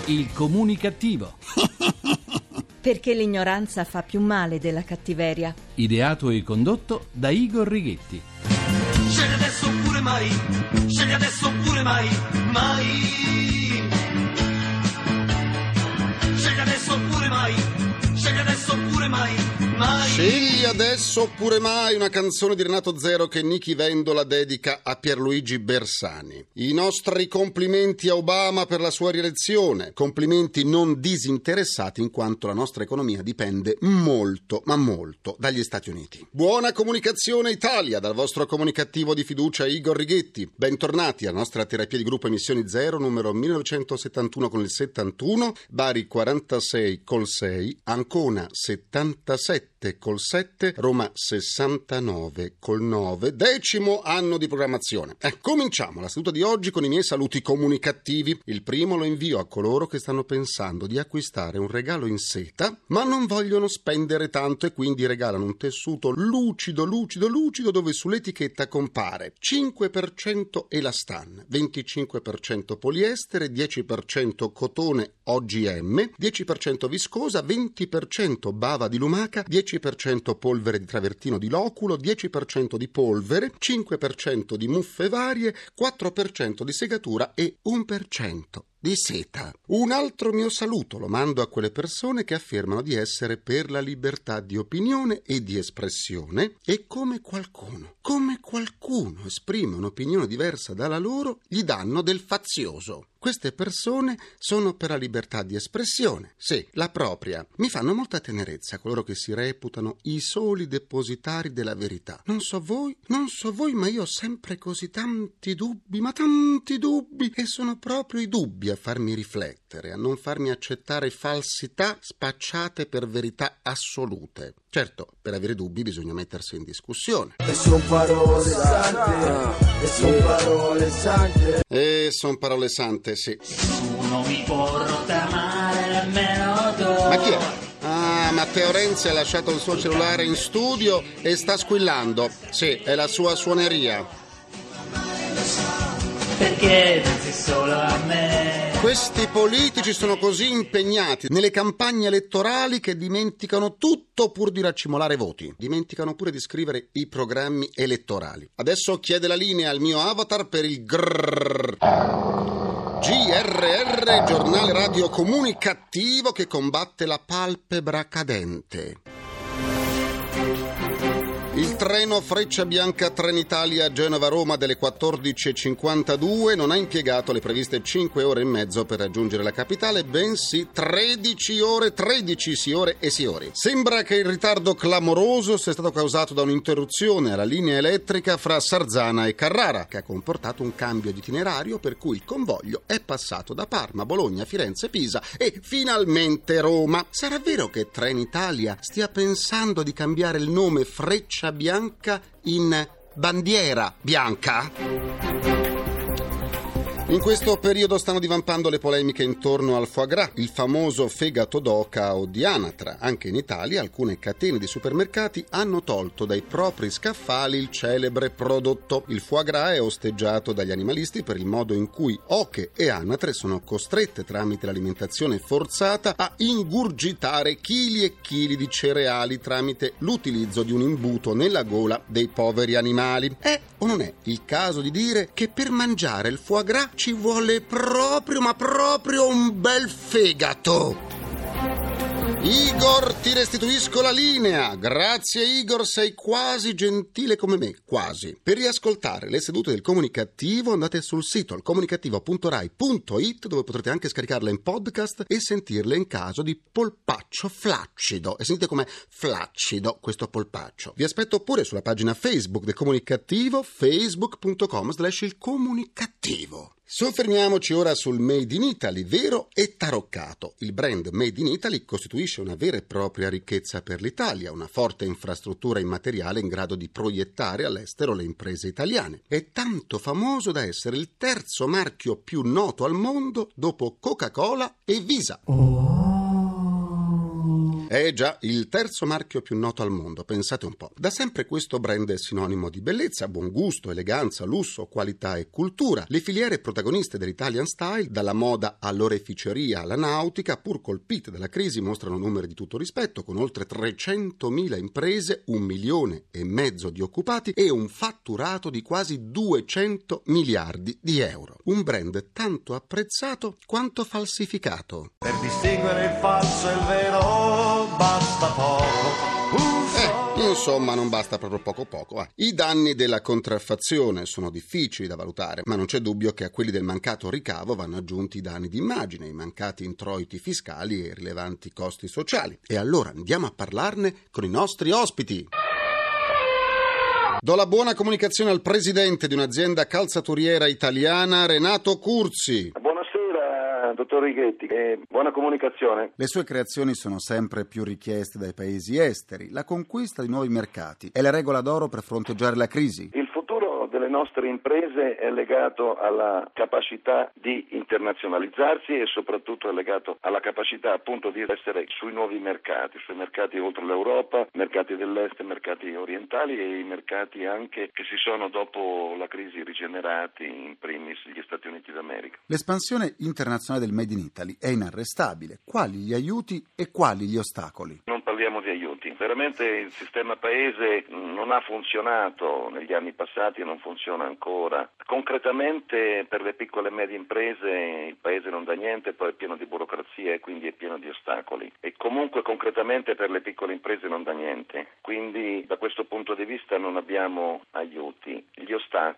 Il Comunicativo. Perché l'ignoranza fa più male della cattiveria. Ideato e condotto da Igor Righetti. Scegli adesso oppure mai, scegli adesso oppure mai, mai. Scegli adesso oppure mai, scegli adesso oppure mai, mai. Scegli adesso oppure mai, una canzone di Renato Zero che Nichi Vendola dedica a Pierluigi Bersani. I nostri complimenti a Obama per la sua rielezione, complimenti non disinteressati in quanto la nostra economia dipende molto, ma molto dagli Stati Uniti. Buona comunicazione Italia dal vostro comunicativo di fiducia Igor Righetti. Bentornati alla nostra terapia di gruppo Emissioni Zero numero 1971 con il 71, Bari 46 col 6, Ancona 77 col 7, Roma 69 col 9, 10° anno di programmazione. Cominciamo la seduta di oggi con i miei saluti comunicativi. Il primo lo invio a coloro che stanno pensando di acquistare un regalo in seta, ma non vogliono spendere tanto e quindi regalano un tessuto lucido dove sull'etichetta compare 5% elastan, 25% poliestere, 10% cotone OGM, 10% viscosa, 20% bava di lumaca, 10% polvere di travertino di loculo, 10% di polvere, 5% di muffe varie, 4% di segatura e 1% di seta. Un altro mio saluto lo mando a quelle persone che affermano di essere per la libertà di opinione e di espressione e come qualcuno esprime un'opinione diversa dalla loro, gli danno del fazioso. Queste persone sono per la libertà di espressione, sì, la propria. Mi fanno molta tenerezza coloro che si reputano i soli depositari della verità. Non so voi, ma io ho sempre così tanti dubbi, e sono proprio i dubbi a farmi riflettere, a non farmi accettare falsità spacciate per verità assolute. Certo, per avere dubbi bisogna mettersi in discussione. E son parole sante. E son parole sante, sì. Nessuno mi può rottamare nemmeno tu. Ma chi è? Ah, Matteo Renzi ha lasciato il suo cellulare in studio e sta squillando. Sì, è la sua suoneria. Perché pensi solo a me? Questi politici sono così impegnati nelle campagne elettorali che dimenticano tutto pur di raccimolare voti. Dimenticano pure di scrivere i programmi elettorali. Adesso chiede la linea al mio avatar per il GRR, giornale radio comunicativo che combatte la palpebra cadente. Il treno Frecciabianca Trenitalia Genova-Roma delle 14.52 non ha impiegato le previste 5 ore e mezzo per raggiungere la capitale, bensì 13 ore, sì ore. Sembra che il ritardo clamoroso sia stato causato da un'interruzione alla linea elettrica fra Sarzana e Carrara, che ha comportato un cambio di itinerario per cui il convoglio è passato da Parma, Bologna, Firenze, Pisa e finalmente Roma. Sarà vero che Trenitalia stia pensando di cambiare il nome Frecciabianca in bandiera bianca? In questo periodo stanno divampando le polemiche intorno al foie gras, il famoso fegato d'oca o di anatra. Anche in Italia alcune catene di supermercati hanno tolto dai propri scaffali il celebre prodotto. Il foie gras è osteggiato dagli animalisti per il modo in cui oche e anatre sono costrette tramite l'alimentazione forzata a ingurgitare chili e chili di cereali tramite l'utilizzo di un imbuto nella gola dei poveri animali. È o non è il caso di dire che per mangiare il foie gras ci vuole proprio un bel fegato? Igor, ti restituisco la linea. Grazie Igor, sei quasi gentile come me, quasi. Per riascoltare le sedute del Comunicativo andate sul sito alcomunicativo.rai.it, dove potrete anche scaricarle in podcast e sentirle in caso di polpaccio flaccido. E sentite com'è flaccido questo polpaccio. Vi aspetto pure sulla pagina Facebook del Comunicativo, facebook.com/ilcomunicativo. Soffermiamoci ora sul Made in Italy, vero e taroccato. Il brand Made in Italy costituisce una vera e propria ricchezza per l'Italia, una forte infrastruttura immateriale in grado di proiettare all'estero le imprese italiane. È tanto famoso da essere il terzo marchio più noto al mondo dopo Coca-Cola e Visa. Già, il terzo marchio più noto al mondo, pensate un po'. Da sempre questo brand è sinonimo di bellezza, buon gusto, eleganza, lusso, qualità e cultura. Le filiere protagoniste dell'Italian Style, dalla moda all'oreficeria alla nautica, pur colpite dalla crisi, mostrano numeri di tutto rispetto, con oltre 300.000 imprese, 1,5 milioni di occupati e un fatturato di quasi 200 miliardi di euro. Un brand tanto apprezzato quanto falsificato. Per distinguere il falso e il vero basta poco. Insomma, non basta proprio poco. I danni della contraffazione sono difficili da valutare, ma non c'è dubbio che a quelli del mancato ricavo vanno aggiunti i danni d'immagine, i mancati introiti fiscali e i rilevanti costi sociali. E allora andiamo a parlarne con i nostri ospiti. Do la buona comunicazione al presidente di un'azienda calzaturiera italiana, Renato Curzi. Buonasera, dottor Righetti, buona comunicazione. Le sue creazioni sono sempre più richieste dai paesi esteri. La conquista di nuovi mercati è la regola d'oro per fronteggiare la crisi. Il futuro delle nostre imprese è legato alla capacità di internazionalizzarsi e soprattutto è legato alla capacità appunto di essere sui nuovi mercati, sui mercati oltre l'Europa, mercati dell'est, mercati orientali e i mercati anche che si sono dopo la crisi rigenerati, in primis gli Stati Uniti d'America. L'espansione internazionale del Made in Italy è inarrestabile. Quali gli aiuti e quali gli ostacoli? Non parliamo di aiuti. Veramente il sistema paese non ha funzionato negli anni passati e non funziona ancora. Concretamente per le piccole e medie imprese il paese non dà niente, poi è pieno di burocrazia e quindi è pieno di ostacoli. E comunque concretamente per le piccole imprese non dà niente. Quindi da questo punto di vista non abbiamo aiuti. Gli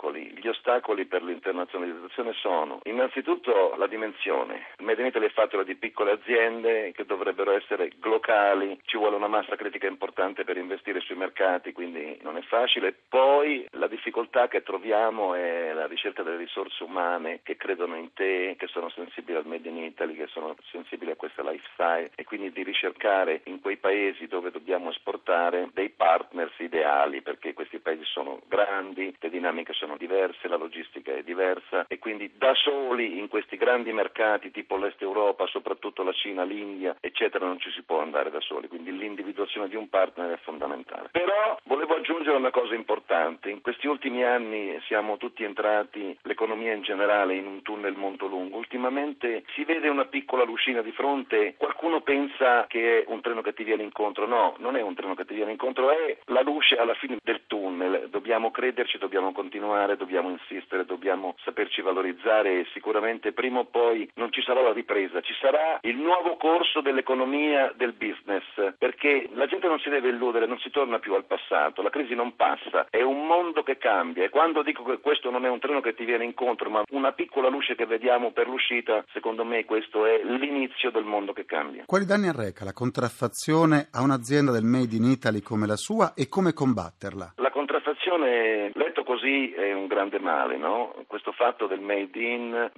ostacoli per l'internazionalizzazione sono innanzitutto la dimensione. Il Made in Italy è fatto di piccole aziende che dovrebbero essere globali, ci vuole una massa critica importante per investire sui mercati, quindi non è facile. Poi la difficoltà che troviamo è la ricerca delle risorse umane che credono in te, che sono sensibili al Made in Italy, che sono sensibili a questa lifestyle e quindi di ricercare in quei paesi dove dobbiamo esportare dei partners ideali, perché questi paesi sono grandi, le dinamiche sono diverse, la logistica è diversa e quindi da soli in questi grandi mercati tipo l'Est Europa, soprattutto la Cina, l'India, eccetera, non ci si può andare da soli, quindi l'individuazione di un partner è fondamentale. Però volevo aggiungere una cosa importante: in questi ultimi anni siamo tutti entrati, l'economia in generale, in un tunnel molto lungo. Ultimamente si vede una piccola lucina di fronte, qualcuno pensa che è un treno che ti viene incontro, no, non è un treno che ti viene incontro, è la luce alla fine del tunnel. Dobbiamo crederci, dobbiamo continuare, dobbiamo insistere, dobbiamo saperci valorizzare e sicuramente prima o poi non ci sarà la ripresa, ci sarà il nuovo corso dell'economia, del business, perché la gente non si deve illudere, non si torna più al passato, la crisi non passa, è un mondo che cambia e quando dico che questo non è un treno che ti viene incontro ma una piccola luce che vediamo per l'uscita, secondo me questo è l'inizio del mondo che cambia. Quali danni arreca la contraffazione a un'azienda del Made in Italy come la sua e come combatterla? La contraffazione, letto così, è un grande male, no? Questo fatto del made in,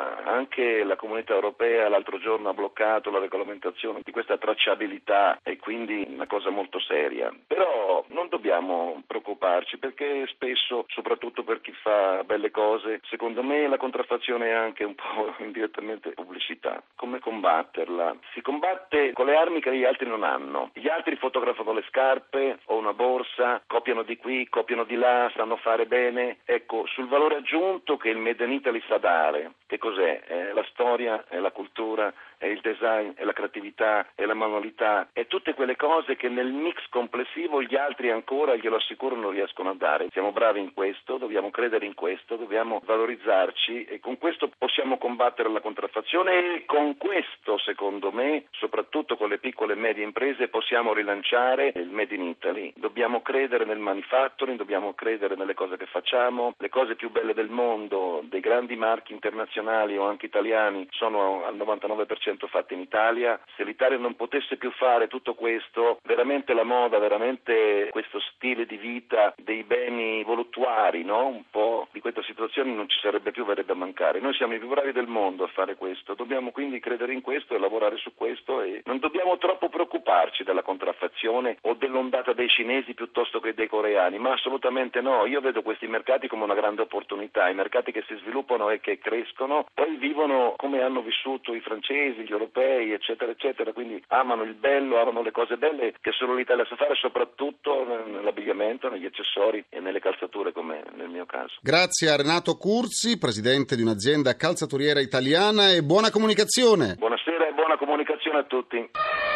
anche la Comunità Europea l'altro giorno ha bloccato la regolamentazione di questa tracciabilità e quindi una cosa molto seria. Però non dobbiamo preoccuparci perché spesso, soprattutto per chi fa belle cose, secondo me la contraffazione è anche un po' indirettamente pubblicità. Come combatterla? Si combatte con le armi che gli altri non hanno. Gli altri fotografano le scarpe o una borsa, copiano di qui, copiano di là, sanno fare bene. Ecco, sul valore aggiunto che il Made in Italy sa dare, che cos'è? È la storia, è la cultura, è il design, è la creatività, è la manualità, è tutte quelle cose che nel mix complessivo gli altri ancora, glielo assicuro, non riescono a dare. Siamo bravi in questo, dobbiamo credere in questo, dobbiamo valorizzarci e con questo possiamo combattere la contraffazione e con questo, secondo me, soprattutto con le piccole e medie imprese, possiamo rilanciare il Made in Italy. Dobbiamo credere nel manufacturing, dobbiamo credere nelle cose che facciamo, le cose più belle del mondo, dei grandi marchi internazionali o anche italiani sono al 99% fatte in Italia. Se l'Italia non potesse più fare tutto questo, veramente la moda, veramente questo stile di vita dei beni voluttuari, no? Un po' di questa situazione non ci sarebbe più, verrebbe a mancare. Noi siamo i più bravi del mondo a fare questo, dobbiamo quindi credere in questo e lavorare su questo e non dobbiamo troppo preoccuparci della contraffazione o dell'ondata dei cinesi piuttosto che dei coreani, ma assolutamente no. Io vedo questi mercati come una grande opportunità, i mercati che si sviluppano e che crescono poi vivono come come hanno vissuto i francesi, gli europei, eccetera, eccetera, quindi amano il bello, amano le cose belle che solo l'Italia sa fare, soprattutto nell'abbigliamento, negli accessori e nelle calzature, come nel mio caso. Grazie a Renato Curzi, presidente di un'azienda calzaturiera italiana, e buona comunicazione. Buonasera e buona comunicazione a tutti.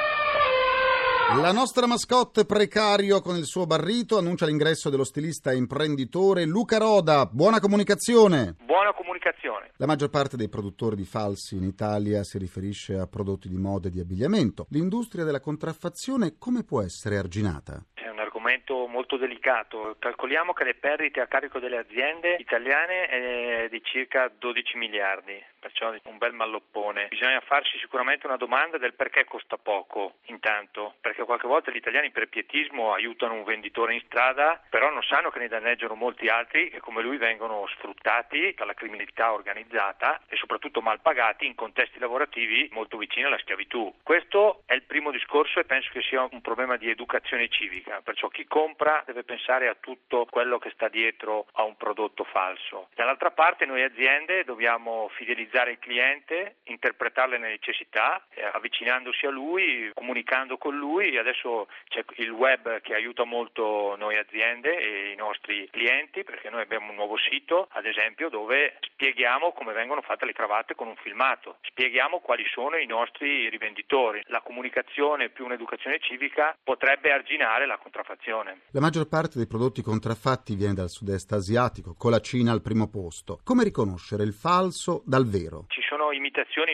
La nostra mascotte Precario con il suo barrito annuncia l'ingresso dello stilista e imprenditore Luca Roda. Buona comunicazione. Buona comunicazione. La maggior parte dei produttori di falsi in Italia si riferisce a prodotti di moda e di abbigliamento. L'industria della contraffazione come può essere arginata? È un argomento molto delicato. Calcoliamo che le perdite a carico delle aziende italiane è di circa 12 miliardi, perciò un bel malloppone. Bisogna farsi sicuramente una domanda del perché costa poco, intanto, perché qualche volta gli italiani per pietismo aiutano un venditore in strada, però non sanno che ne danneggiano molti altri che come lui vengono sfruttati dalla criminalità organizzata e soprattutto mal pagati in contesti lavorativi molto vicini alla schiavitù. Questo è il primo discorso e penso che sia un problema di educazione civica, perciò chi compra deve pensare a tutto quello che sta dietro a un prodotto falso. Dall'altra parte noi aziende dobbiamo fidelizzare il cliente, interpretare le necessità, avvicinandosi a lui, comunicando con lui. Adesso c'è il web che aiuta molto noi aziende e i nostri clienti, perché noi abbiamo un nuovo sito, ad esempio, dove spieghiamo come vengono fatte le cravatte con un filmato, spieghiamo quali sono i nostri rivenditori. La comunicazione più un'educazione civica potrebbe arginare la contraffazione. La maggior parte dei prodotti contraffatti viene dal sud-est asiatico, con la Cina al primo posto. Come riconoscere il falso dal vero? Ci sono imitazioni,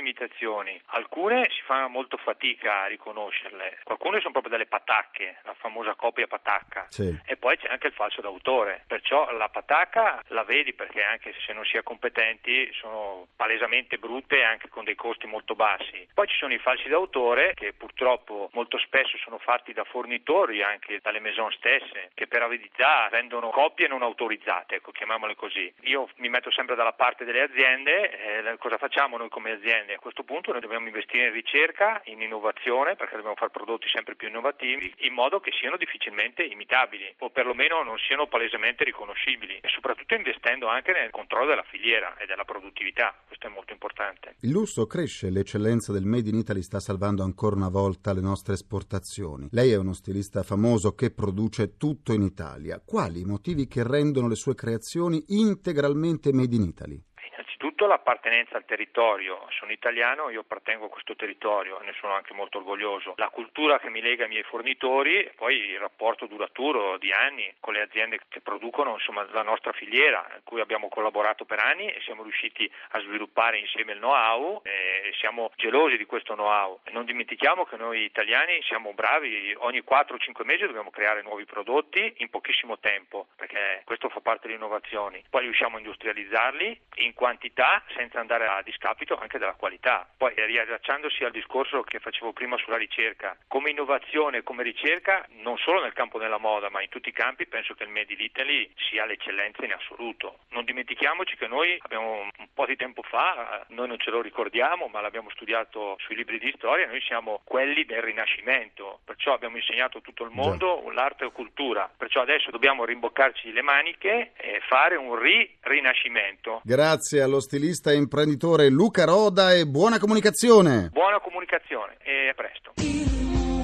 alcune si fa molto fatica a riconoscerle, alcune sono proprio delle patacche, la famosa copia patacca, sì. E poi c'è anche il falso d'autore, perciò la patacca la vedi perché anche se non si è competenti sono palesemente brutte anche con dei costi molto bassi. Poi ci sono i falsi d'autore che purtroppo molto spesso sono fatti da fornitori, anche dalle maison stesse, che per avidità vendono copie non autorizzate, ecco, chiamiamole così. Io mi metto sempre dalla parte delle aziende. Cosa facciamo noi come aziende? A questo punto noi dobbiamo investire in ricerca, in innovazione, perché dobbiamo fare prodotti sempre più innovativi, in modo che siano difficilmente imitabili o perlomeno non siano palesemente riconoscibili, e soprattutto investendo anche nel controllo della filiera e della produttività. Questo è molto importante. Il lusso cresce, l'eccellenza del Made in Italy sta salvando ancora una volta le nostre esportazioni. Lei è uno stilista famoso che produce tutto in Italia. Quali i motivi che rendono le sue creazioni integralmente Made in Italy? Innanzitutto l'appartenenza al territorio. Sono italiano, io appartengo a questo territorio e ne sono anche molto orgoglioso. La cultura che mi lega ai miei fornitori e poi il rapporto duraturo di anni con le aziende che producono, insomma, la nostra filiera, in cui abbiamo collaborato per anni e siamo riusciti a sviluppare insieme il know-how e siamo gelosi di questo know-how. E non dimentichiamo che noi italiani siamo bravi, ogni 4-5 mesi dobbiamo creare nuovi prodotti in pochissimo tempo, perché questo fa parte delle innovazioni. Poi riusciamo a industrializzarli in quantità senza andare a discapito anche della qualità. Poi riallacciandosi al discorso che facevo prima sulla ricerca, come innovazione, come ricerca, non solo nel campo della moda ma in tutti i campi, penso che il Made in Italy sia l'eccellenza in assoluto. Non dimentichiamoci che noi abbiamo un po' di tempo fa, noi non ce lo ricordiamo ma l'abbiamo studiato sui libri di storia, noi siamo quelli del Rinascimento, perciò abbiamo insegnato a tutto il mondo l'arte e cultura, perciò adesso dobbiamo rimboccarci le maniche e fare un rinascimento. Grazie allo stilista e imprenditore Luca Roda e buona comunicazione. Buona comunicazione e a presto. Il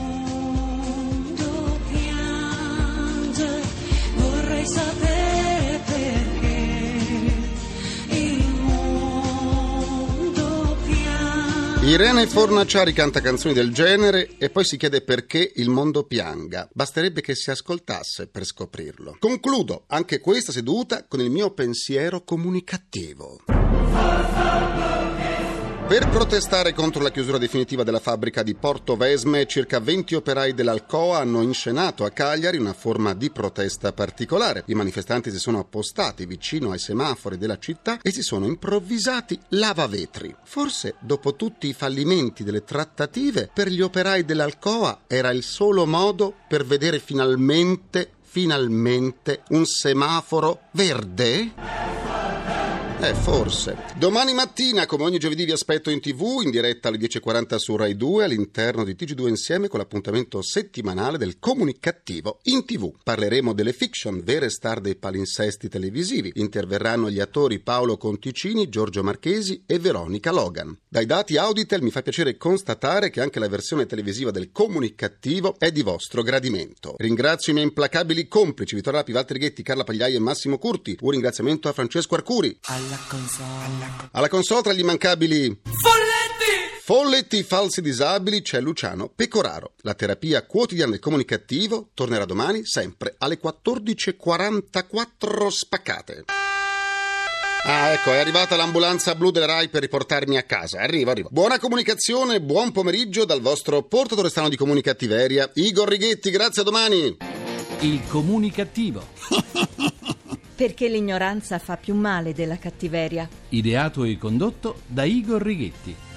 mondo piange, vorrei sapere perché. Il mondo piange. Irene Fornaciari canta canzoni del genere e poi si chiede perché il mondo pianga. Basterebbe che si ascoltasse per scoprirlo. Concludo anche questa seduta con il mio pensiero comunicativo. Per protestare contro la chiusura definitiva della fabbrica di Portovesme, circa 20 operai dell'Alcoa hanno inscenato a Cagliari una forma di protesta particolare. I manifestanti si sono appostati vicino ai semafori della città e si sono improvvisati lavavetri. Forse, dopo tutti i fallimenti delle trattative, per gli operai dell'Alcoa era il solo modo per vedere finalmente un semaforo verde? Forse. Domani mattina, come ogni giovedì, vi aspetto in TV, in diretta alle 10.40 su Rai 2, all'interno di TG2 Insieme, con l'appuntamento settimanale del Comunicativo in TV. Parleremo delle fiction, vere star dei palinsesti televisivi. Interverranno gli attori Paolo Conticini, Giorgio Marchesi e Veronica Logan. Dai dati Auditel mi fa piacere constatare che anche la versione televisiva del Comunicativo è di vostro gradimento. Ringrazio i miei implacabili complici, Vittorio Rapi, Walter Righetti, Carla Pagliai e Massimo Curti. Un ringraziamento a Francesco Arcuri. Alla console tra gli immancabili Folletti falsi disabili c'è Luciano Pecoraro. La terapia quotidiana del Comunicativo tornerà domani sempre alle 14.44 spaccate. Ecco, è arrivata l'ambulanza blu della Rai per riportarmi a casa. Arrivo. Buona comunicazione, buon pomeriggio dal vostro portatore strano di comunicattiveria, Igor Righetti. Grazie, a domani. Il Comunicativo. Perché l'ignoranza fa più male della cattiveria. Ideato e condotto da Igor Righetti.